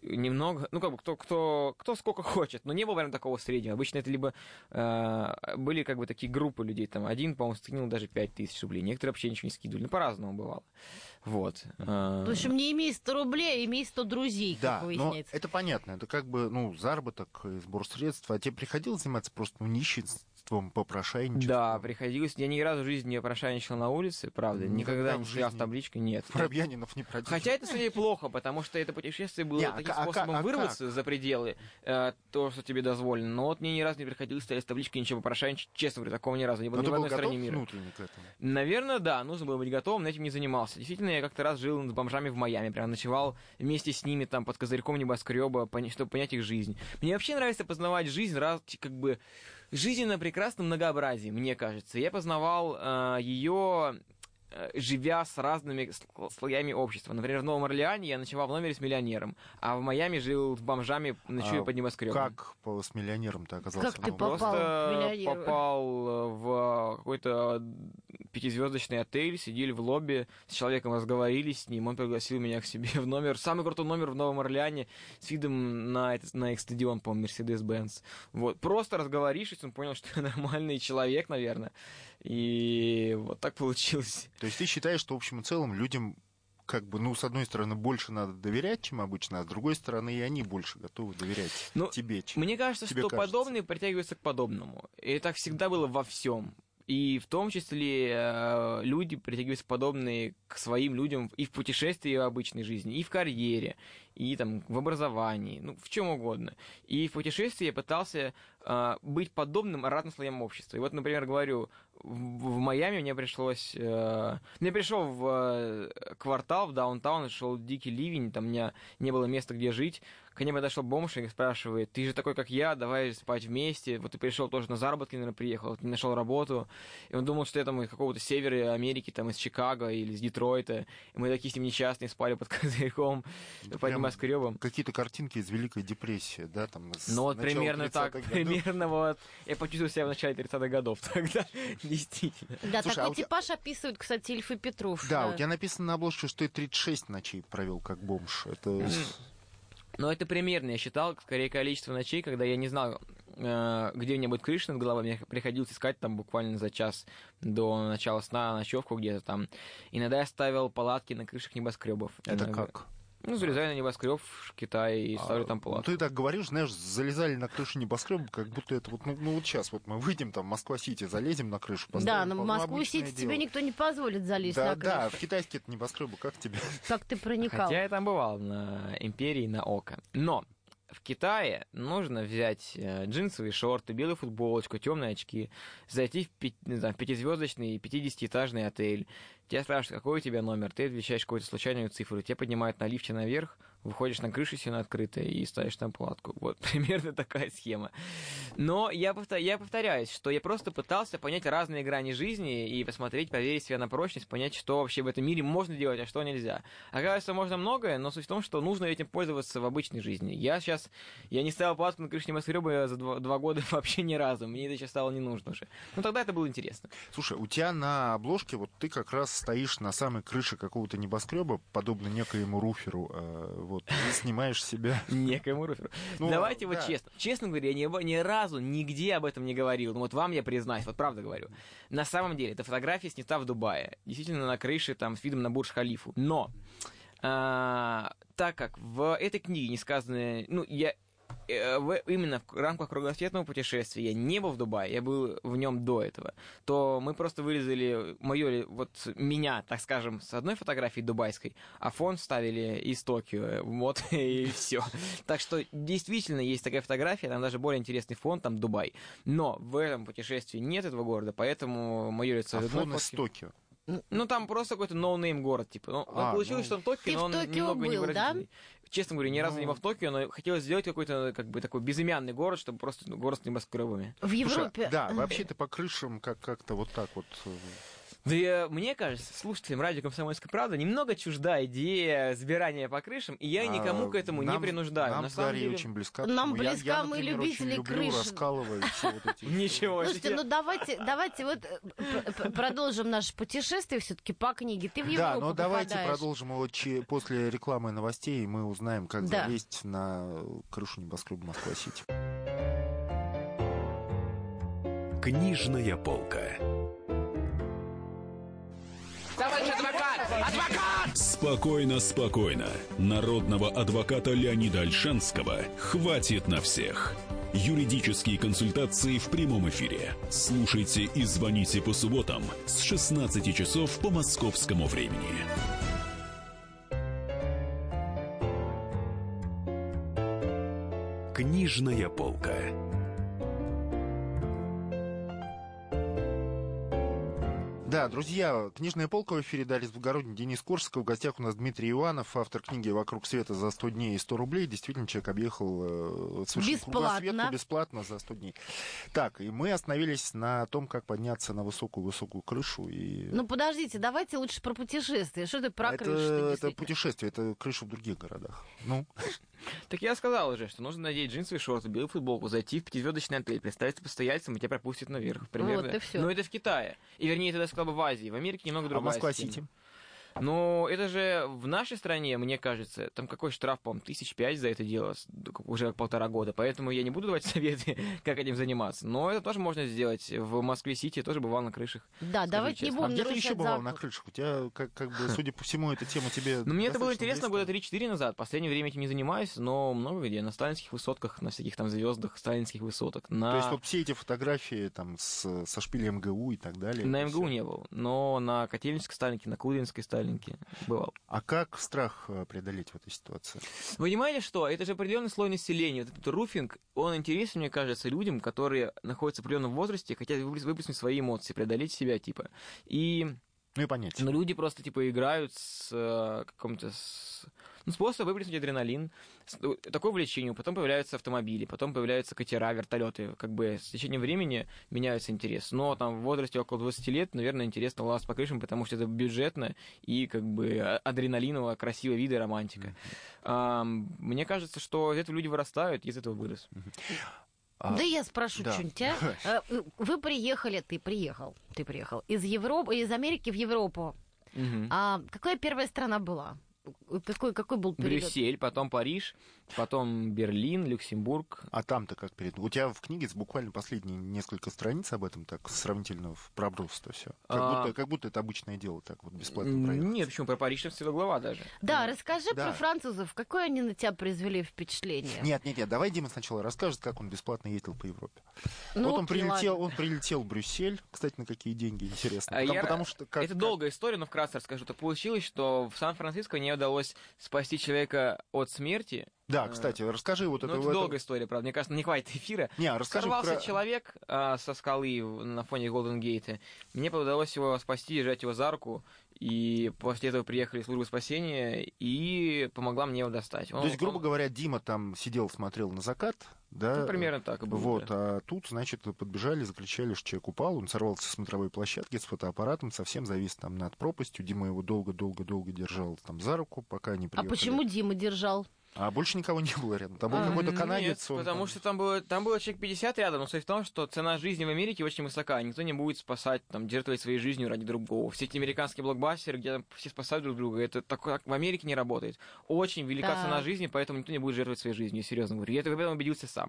S4: немного, ну, как бы, кто сколько хочет, но не было прям такого среднего. Обычно это либо были, как бы, такие группы людей, там, один, по-моему, скинул даже 5000 рублей, некоторые вообще ничего не скидывали, ну, по-разному бывало. Вот.
S2: В общем, не имей 100 рублей, а имей 100 друзей,
S3: Да,
S2: как
S3: но
S2: выясняется.
S3: это понятно, это как бы, ну, заработок и сбор средств. А тебе приходилось заниматься просто нищенством, попрошайничеством?
S4: Да, приходилось. Я ни разу в жизни не попрошайничал на улице, правда. Никогда не стоял с табличкой, нет.
S3: Воробьянинов не продержит.
S4: Хотя это, скорее, плохо, потому что это путешествие было таким способом вырваться за пределы того, что тебе дозволено. Но вот мне ни разу не приходилось стоять с табличкой, ничего попрошайничать. Честно говорю, такого ни разу не было ни в одной стране мира.
S3: Внутренне к этому?
S4: Наверное, да, нужно было быть готовым, но этим не занимался. Действительно, я как-то раз жил с бомжами в Майами, прям ночевал вместе с ними там под козырьком небоскреба, чтобы понять их жизнь. Мне вообще нравится познавать жизнь, как бы жизнь на прекрасном многообразии, мне кажется. Я познавал ее, живя с разными слоями общества. Например, в Новом Орлеане я ночевал в номере с миллионером, а в Майами жил с бомжами, ночуя под небоскребом.
S3: Как с миллионером-то оказался?
S2: Как ты
S3: попал
S4: Попал в какой-то 5-звездочный отель, сидели в лобби, с человеком разговорились с ним, он пригласил меня к себе в номер, самый крутой номер в Новом Орлеане, с видом на их стадион, по-моему, Mercedes-Benz. Вот. Просто разговорившись, он понял, что я нормальный человек, наверное, и вот так получилось.
S3: То есть ты считаешь, что в общем и целом людям, как бы, ну, с одной стороны, больше надо доверять, чем обычно, а с другой стороны, и они больше готовы доверять тебе, чем
S4: мне кажется, что подобные притягиваются к подобному. И так всегда было во всем. И в том числе люди притягиваются подобные к своим людям и в путешествии и в обычной жизни, и в карьере, и там в образовании, ну, в чем угодно. И в путешествии я пытался быть подобным разным слоям общества. И вот, например, говорю, в Майами мне пришлось... я пришел в квартал, в даунтаун, шел дикий ливень, там у меня не было места, где жить. Ко мне подошел бомж и спрашивает: ты же такой, как я, давай спать вместе. Вот ты пришел тоже на заработки, наверное, приехал, вот не нашел работу. И он думал, что я там из какого-то севера Америки, там из Чикаго или из Детройта. И мы такие с ним несчастные спали под козырьком, под небоскребом.
S3: Какие-то картинки из Великой депрессии, да? Там,
S4: ну вот примерно так, примерно вот. Я почувствовал себя в начале 30-х годов тогда, действительно.
S2: Да, слушай, такой типаж описывают, кстати, Ильф и Петров.
S3: Да, у тебя написано на обложке, что ты 36 ночей провел как бомж. Это...
S4: Но это примерно, я считал, скорее количество ночей, когда я не знал, где у меня будет крыша над головой, мне приходилось искать там буквально за час до начала сна ночевку где-то там. Иногда я ставил палатки на крышах небоскребов.
S3: Это как?
S4: Ну, залезаю на небоскреб в Китае и ставлю там палатку.
S3: Ты так говоришь, знаешь, залезали на крышу небоскреба, как будто это вот, ну вот сейчас вот мы выйдем, там, Москва-Сити, залезем на крышу.
S2: Да, но в Москву-Сити тебе никто не позволит залезть на крышу.
S3: Да, в китайские небоскребы, как тебе?
S2: Как ты проникал?
S4: Хотя я там бывал на Империи, на Око. Но в Китае нужно взять джинсовые шорты, белую футболочку, темные очки, зайти в 5-звездочный 50-этажный отель. Тебя спрашивают, какой у тебя номер, ты отвечаешь какую-то случайную цифру, тебя поднимают на лифте наверх, выходишь на крышу сильно открытая и ставишь там палатку. Вот примерно такая схема. Но я повторяюсь, что я просто пытался понять разные грани жизни и посмотреть, проверить себя на прочность, понять, что вообще в этом мире можно делать, а что нельзя. Оказывается, можно многое, но суть в том, что нужно этим пользоваться в обычной жизни. Я не ставил палатку на крыше небоскреба за 2 года вообще ни разу. Мне это сейчас стало не нужно уже. Но тогда это было интересно.
S3: Слушай, у тебя на обложке вот ты как раз стоишь на самой крыше какого-то небоскреба, подобно некоему руферу, вот, и снимаешь себя.
S4: Некоему руферу. Давайте вот честно. Честно говоря, я ни разу нигде об этом не говорил. Ну вот вам я признаюсь, вот правда говорю. На самом деле, эта фотография снята в Дубае. Действительно, на крыше, там, с видом на Бурдж-Халифу. Но, так как в этой книге не сказано... Ну, именно в рамках кругосветного путешествия я не был в Дубае, я был в нем до этого, то мы просто вырезали меня, так скажем, с одной фотографии дубайской, а фон вставили из Токио, вот, и все. Так что действительно есть такая фотография, там даже более интересный фон, там Дубай. Но в этом путешествии нет этого города, поэтому мое лицо...
S3: А фон из Токио?
S4: Ну, там просто какой-то ноунейм город, типа. Ну, получилось, что он Токио, но он немного невыразительный. Честно говоря, ни разу не был в Токио, но хотелось сделать какой-то, как бы, такой безымянный город, чтобы просто город с небоскребами.
S2: В Европе...
S3: Да, вообще-то по крышам как-то вот так вот...
S4: Да мне кажется, слушателям радио «Комсомольская правда» немного чужда идея сбирания по крышам, и я никому к этому не принуждаю.
S3: Нам
S4: На
S3: с
S4: самом
S3: Дарьей
S4: деле...
S3: очень близка.
S2: Нам близка,
S3: я,
S2: мы
S3: например,
S2: любители
S3: очень люблю,
S2: крыш.
S3: раскалываю все вот эти...
S4: Ничего
S2: Слушайте,
S4: себе.
S2: ну давайте вот продолжим наше путешествие все-таки по книге. Ты в Европу
S3: Да, но давайте
S2: попадаешь.
S3: продолжим его после рекламы и новостей, и мы узнаем, как
S2: Да.
S3: залезть на крышу небоскреба Москва-Сити.
S1: Книжная полка.
S5: Товарищ адвокат! Адвокат!
S6: Спокойно, спокойно. Народного адвоката Леонида Ольшанского хватит на всех. Юридические консультации в прямом эфире. Слушайте и звоните по субботам с 16 часов по московскому времени.
S1: Книжная полка.
S3: Да, друзья, книжная полка в эфире, Дарья Завгородний, Денис Корсаков. В гостях у нас Дмитрий Иванов, автор книги «Вокруг света за 100 дней и 100 рублей». Действительно, человек объехал совершенно кругосвета бесплатно за 100 дней. Так, и мы остановились на том, как подняться на высокую-высокую крышу. И...
S2: Ну, подождите, давайте лучше про путешествие. Что ты про крышу?
S3: Это путешествие, это крыша в других городах. Ну...
S4: Так я сказал уже, что нужно надеть джинсовые шорты, белую футболку, зайти в пятизвездочный отель, представиться постояльцем, и тебя пропустят наверх. Примерно.
S2: Вот и всё.
S4: Но это в Китае. И вернее, это сказал бы в Азии. В Америке немного другая
S3: А Москва-Сити?
S4: система. Но это же в нашей стране, мне кажется, там какой штраф, по-моему, 5 за это дело уже 1,5 года. Поэтому я не буду давать советы, как этим заниматься. Но это тоже можно сделать. В Москве-Сити я тоже бывал на крышах.
S2: Да, давайте не будем
S3: А где ты
S2: нарушать
S3: еще бывал
S2: закон.
S3: на крышах? У тебя, как бы, судя по всему, эта тема тебе...
S4: Ну, мне это было
S3: достаточно
S4: интересно
S3: близка.
S4: года 3-4 назад. В последнее время этим не занимаюсь, но много где. На сталинских высотках, на всяких там звездах сталинских высоток.
S3: То есть вот все эти фотографии там со шпиля МГУ и так далее.
S4: На
S3: это
S4: МГУ
S3: всё.
S4: не был, но на Котельнической Сталинке, на Кудинской Сталинке бывал.
S3: А как страх преодолеть в этой ситуации?
S4: Вы понимаете, что это же определенный слой населения. Вот этот руфинг, он интересен, мне кажется, людям, которые находятся в определенном возрасте, хотят выплеснуть свои эмоции, преодолеть себя, типа. И...
S3: Ну и понять.
S4: Но люди просто, типа, играют с каким-то... способ выплеснуть адреналин. Такое увлечение. Потом появляются автомобили, потом появляются катера, вертолеты. Как бы с течением времени меняется интерес. Но там в возрасте около 20 лет, наверное, интересно лазать по крышам, потому что это бюджетно и как бы адреналиново, красивый вид и романтика. Мне кажется, что из этого люди вырастают, из этого вырос.
S2: Да я спрошу
S3: да.
S2: что-нибудь, а? Вы приехали, ты приехал из Европы, из Америки в Европу. А какая первая страна была? Какой был период?
S4: Брюссель, потом Париж, потом Берлин, Люксембург.
S3: А там-то как перед... У тебя в книге буквально последние несколько страниц об этом так сравнительно проброс-то все. Как будто это обычное дело, так вот бесплатно проехать.
S4: Нет, почему? Про Париж целая глава даже.
S2: Да, расскажи
S3: Да.
S2: про французов. Какое они на тебя произвели впечатление?
S3: Нет, давай Дима сначала расскажет, как он бесплатно ездил по Европе.
S2: Ну,
S3: вот он
S2: окей,
S3: прилетел в Брюссель, кстати, на какие деньги, интересно.
S4: Это долгая история, но вкратце расскажу. Так получилось, что в Сан-Франциско мне удалось спасти человека от смерти.
S3: Да, кстати, расскажи вот
S4: это.
S3: это.
S4: Долгая история, правда. Мне кажется, не хватит эфира.
S3: Расскажи.
S4: Сорвался человек со скалы на фоне Голден-Гейта. Мне удалось его спасти, держать его за руку. И после этого приехали службы спасения и помогла мне его достать.
S3: То есть, грубо говоря, Дима там сидел, смотрел на закат, да?
S4: Ну, примерно так и было.
S3: Вот, да. А тут, значит, подбежали, закричали, что человек упал, он сорвался с смотровой площадки с фотоаппаратом, совсем завис там над пропастью. Дима его долго-долго-долго держал там за руку, пока не приехали.
S2: А почему Дима держал?
S3: А больше никого не было рядом. Там был какой-то канадец.
S4: Нет, потому что там было человек 50 рядом, но суть в том, что цена жизни в Америке очень высока. Никто не будет спасать, жертвовать своей жизнью ради другого. Все эти американские блокбастеры, где все спасают друг друга, это такое в Америке не работает. Очень велика цена жизни, поэтому никто не будет жертвовать своей жизнью, серьезно говорю. Я в этом убедился сам.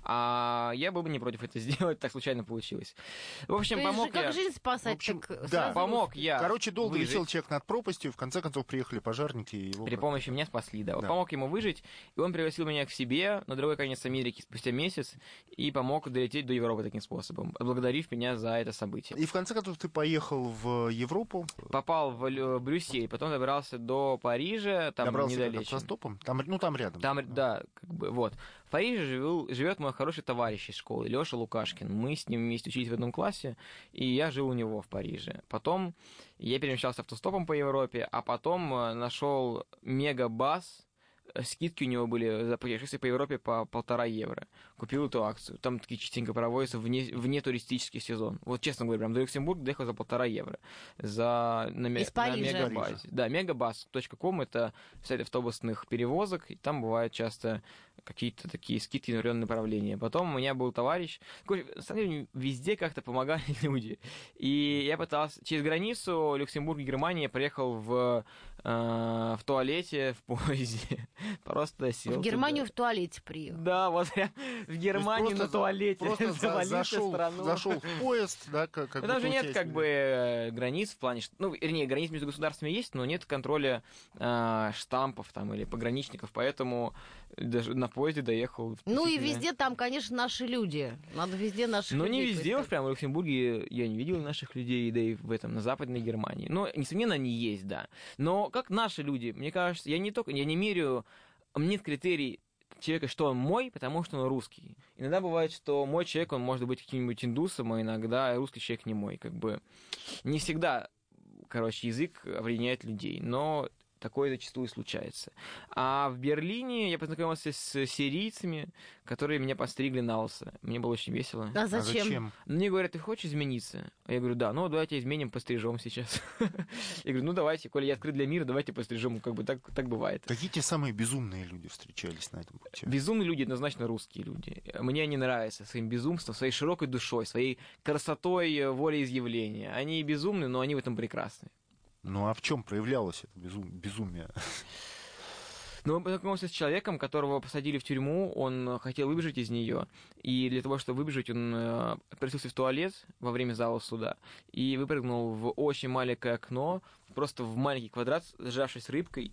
S4: А я был бы не против это сделать, так случайно получилось. В общем, помог я.
S2: Как жизнь спасать,
S3: да,
S4: помог я.
S3: Короче, долго висел человек над пропастью, и в конце концов приехали пожарники. И его
S4: при помощи меня спасли, да. Помог ему выжить. И он пригласил меня к себе на другой конец Америки спустя месяц и помог долететь до Европы таким способом, отблагодарив меня за это событие.
S3: И в конце концов ты поехал в Европу?
S4: Попал в Брюссель, потом добрался до Парижа, там недалече.
S3: Автостопом? Там рядом.
S4: Да, как бы, вот. В Париже живет мой хороший товарищ из школы, Лёша Лукашкин. Мы с ним вместе учились в одном классе, и я жил у него в Париже. Потом я перемещался автостопом по Европе, а потом нашел мегабас скидки у него были за путешествие по Европе по 1,5 евро. Купил эту акцию. Там такие частенько проводятся вне туристический сезон. Вот, честно говоря, прям до Люксембурга доехал за 1,5 евро. На Мегабазе. Да, megabus.com — это сайт автобусных перевозок, и там бывают часто какие-то такие скидки на определенные направления. Потом у меня был товарищ, на самом деле везде как-то помогали люди. И я пытался через границу Люксембург и Германия, я приехал в туалете, в поезде. Просто сел.
S2: В Германию
S4: туда.
S2: В туалете приехал.
S4: Да, вот прям в Германию на туалете.
S3: Просто зашел в поезд, да, как бы.
S4: Там же нет как бы границ в плане, вернее, границ между государствами есть, но нет контроля штампов там или пограничников, поэтому даже на поезде доехал.
S2: Ну и везде там, конечно, наши люди. Надо везде наших людей.
S4: Ну не везде, уж прям в Люксембурге я не видел наших людей, да и в этом, на Западной Германии. Но, несомненно, они есть, да. Но как наши люди, мне кажется, я не меряю, нет критерий человека, что он мой, потому что он русский. Иногда бывает, что мой человек, он может быть каким-нибудь индусом, а иногда русский человек не мой. Как бы не всегда, язык влияет людей, но такое зачастую случается. А в Берлине я познакомился с сирийцами, которые меня постригли на лысо. Мне было очень весело.
S2: А зачем?
S4: Мне говорят, ты хочешь измениться? А я говорю, да, давайте изменим, пострижем сейчас. Я говорю, давайте, коли я открыт для мира, давайте пострижем. Как бы так бывает.
S3: Какие те самые безумные люди встречались на этом пути?
S4: Безумные люди однозначно русские люди. Мне они нравятся своим безумством, своей широкой душой, своей красотой волеизъявления. Они безумны, но они в этом прекрасны.
S3: Ну а в чем проявлялось это безумие?
S4: Но мы познакомился с человеком, которого посадили в тюрьму, он хотел выбежать из нее, и для того, чтобы выбежать, он присутствовал в туалет во время зала суда и выпрыгнул в очень маленькое окно, просто в маленький квадрат, сжавшись рыбкой,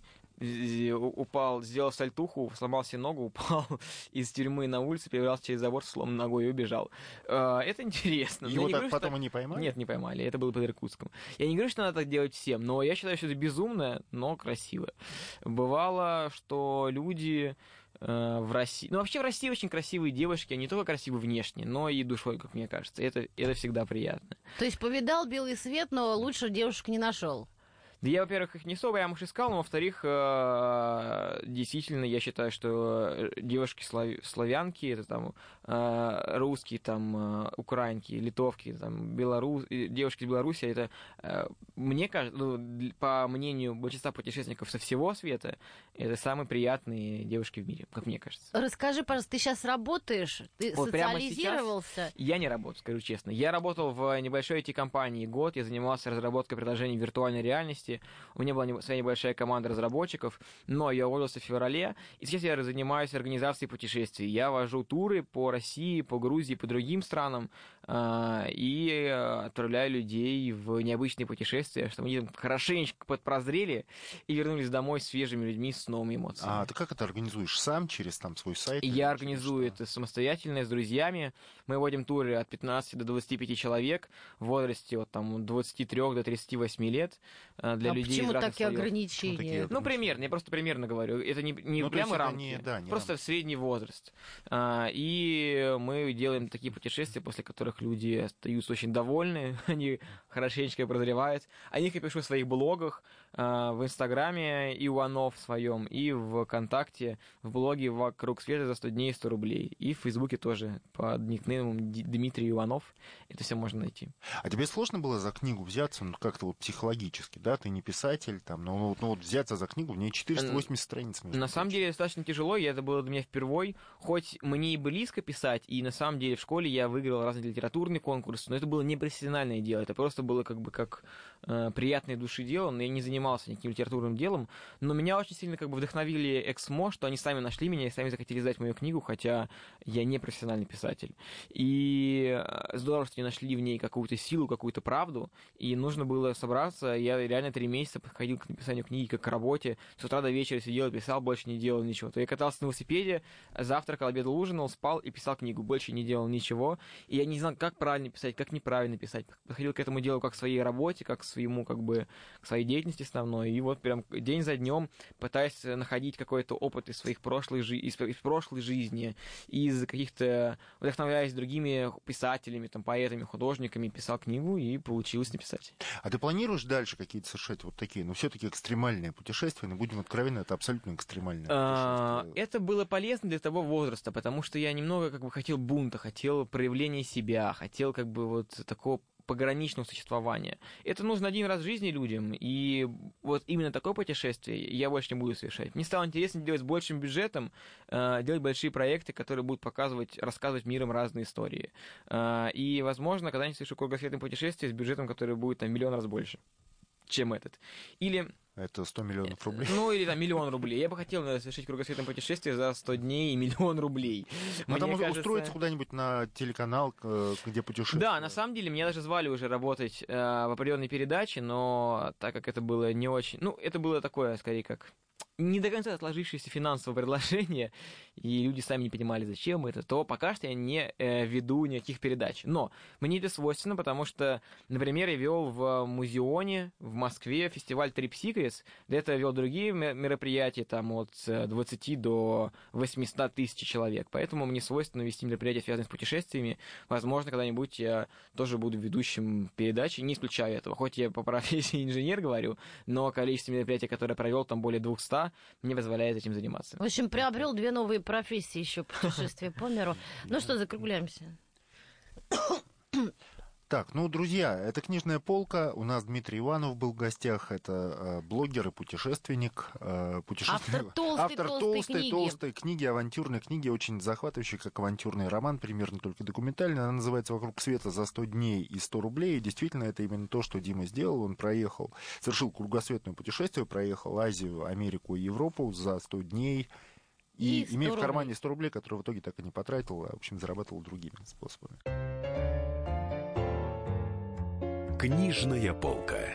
S4: упал, сделал сальтуху, сломал себе ногу, упал из тюрьмы на улицу, перебрался через забор, сломанной ногой и убежал. Это интересно.
S3: Его так потом и не поймали?
S4: Нет, не поймали. Это было под Иркутском. Я не говорю, что надо так делать всем, но я считаю, что это безумно, но красиво. Бывало, что люди в России... вообще в России очень красивые девушки, они не только красивы внешне, но и душой, как мне кажется. Это всегда приятно.
S2: То есть повидал белый свет, но лучше девушек не нашел?
S4: Да я, во-первых, их не особо прям уж искал, но, во-вторых, действительно, я считаю, что девушки-славянки, это там русские, там, украинки, литовки, там, девушки из Беларуси, это, мне кажется, по мнению большинства путешественников со всего света, это самые приятные девушки в мире, как мне кажется.
S2: Расскажи, пожалуйста, ты сейчас работаешь? Ты
S4: вот
S2: социализировался?
S4: Я не работаю, скажу честно. Я работал в небольшой IT-компании год, я занимался разработкой приложений виртуальной реальности. У меня была своя небольшая команда разработчиков, но я уволился в феврале, и сейчас я занимаюсь организацией путешествий. Я вожу туры по России, по Грузии, по другим странам, и отправляю людей в необычные путешествия, чтобы они хорошенечко подпрозрели и вернулись домой свежими людьми с новыми эмоциями.
S3: А ты как это организуешь? Сам через свой сайт?
S4: Я организую это самостоятельно, с друзьями. Мы водим туры от 15 до 25 человек в возрасте от 23 до 38 лет для людей из разных
S2: почему такие
S4: слоев.
S2: ограничения?
S4: Примерно, я просто примерно говорю. Это не прямо рамки, просто средний возраст. И мы делаем такие путешествия, после которых люди остаются очень довольны, они хорошенечко прозревают. О них я пишу в своих блогах, в Инстаграме Иванов в своем, и в ВКонтакте, в блоге «Вокруг света за 100 дней 100 рублей». И в Фейсбуке тоже под никнеймом Дмитрий Иванов. Это все можно найти.
S3: А тебе сложно было за книгу взяться, как-то психологически, да? Ты не писатель, но взяться за книгу, в ней 480 страниц.
S4: На самом деле достаточно тяжело, это было для меня впервой. Хоть мне и близко писать, и на самом деле в школе я выиграл разные литературные конкурсы, но это было не профессиональное дело, это просто было как приятное души дело, но я не занимался никаким литературным делом, но меня очень сильно вдохновили Эксмо, что они сами нашли меня и сами захотели издать мою книгу, хотя я не профессиональный писатель. И здорово, что они нашли в ней какую-то силу, какую-то правду, и нужно было собраться. Я реально 3 месяца подходил к написанию книги как к работе, с утра до вечера сидел, писал, больше не делал ничего. То я катался на велосипеде, завтракал, обедал, ужинал, спал и писал книгу, больше не делал ничего. И я не знал, как правильно писать, как неправильно писать. Подходил к этому делу как к своей работе, как к своему, как бы, к своей деятельности основной. И вот прям день за днем пытаясь находить какой-то опыт из своих из прошлой жизни, из каких-то, вдохновляясь другими писателями, там, поэтами, художниками, писал книгу, и получилось написать.
S3: А ты планируешь дальше какие-то совершать вот такие, но все-таки экстремальные путешествия? Ну, будем откровенны, это абсолютно экстремальное путешествие.
S4: Это было полезно для того возраста, потому что я немного как бы хотел бунта, хотел проявления себя, хотел как бы вот такого пограничного существования. Это нужно один раз в жизни людям, и вот именно такое путешествие я больше не буду совершать. Мне стало интересно делать с большим бюджетом, делать большие проекты, которые будут рассказывать миром разные истории. И, возможно, когда-нибудь совершу кругосветное путешествие с бюджетом, который будет там, 1 миллион раз больше, чем этот. Или...
S3: Это 100 миллионов рублей.
S4: Ну, или там 1 миллион рублей. Я бы хотел совершить кругосветное путешествие за 100 дней и 1 миллион рублей.
S3: Ну, там устроиться куда-нибудь на телеканал, где путешествие.
S4: Да, на самом деле, меня даже звали уже работать в определенной передаче, но так как это было не очень... Ну, это было такое, скорее, как... не до конца сложившееся финансовое предложение, и люди сами не понимали, зачем это, то пока что я не веду никаких передач. Но мне это свойственно, потому что, например, я вел в Музеоне в Москве фестиваль Trip Secrets, до этого вел другие мероприятия, там от 20 до 800 тысяч человек, поэтому мне свойственно вести мероприятия, связанные с путешествиями. Возможно, когда-нибудь я тоже буду ведущим передачи, не исключаю этого. Хоть я по профессии инженер, говорю, но количество мероприятий, которые я провел, там более 200, мне позволяет этим заниматься.
S2: В общем, приобрел 2 новые профессии еще, путешествие по миру. Ну что, закругляемся.
S3: Так, ну, друзья, это «Книжная полка». У нас Дмитрий Иванов был в гостях. Это блогер и путешественник.
S2: Автор
S3: толстой книги, авантюрной книги, очень захватывающей, как авантюрный роман, примерно только документальный. Она называется «Вокруг света за 100 дней и 100 рублей». И действительно, это именно то, что Дима сделал. Он совершил кругосветное путешествие, проехал Азию, Америку и Европу за 100 дней. И имея в кармане 100 рублей, которые в итоге так и не потратил, а, в общем, зарабатывал другими способами.
S6: Книжная полка.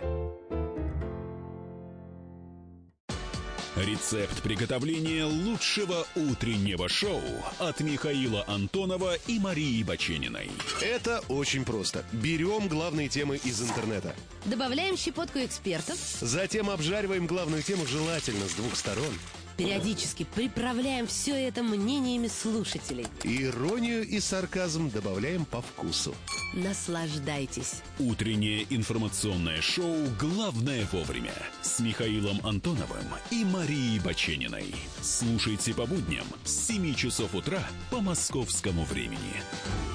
S6: Рецепт приготовления лучшего утреннего шоу от Михаила Антонова и Марии Бачениной.
S7: Это очень просто. Берем главные темы из интернета.
S8: Добавляем щепотку экспертов.
S7: Затем обжариваем главную тему желательно с 2 сторон.
S8: Периодически приправляем все это мнениями слушателей.
S7: Иронию и сарказм добавляем по вкусу.
S8: Наслаждайтесь.
S6: Утреннее информационное шоу «Главное вовремя» с Михаилом Антоновым и Марией Бачениной. Слушайте по будням с 7 часов утра по московскому времени.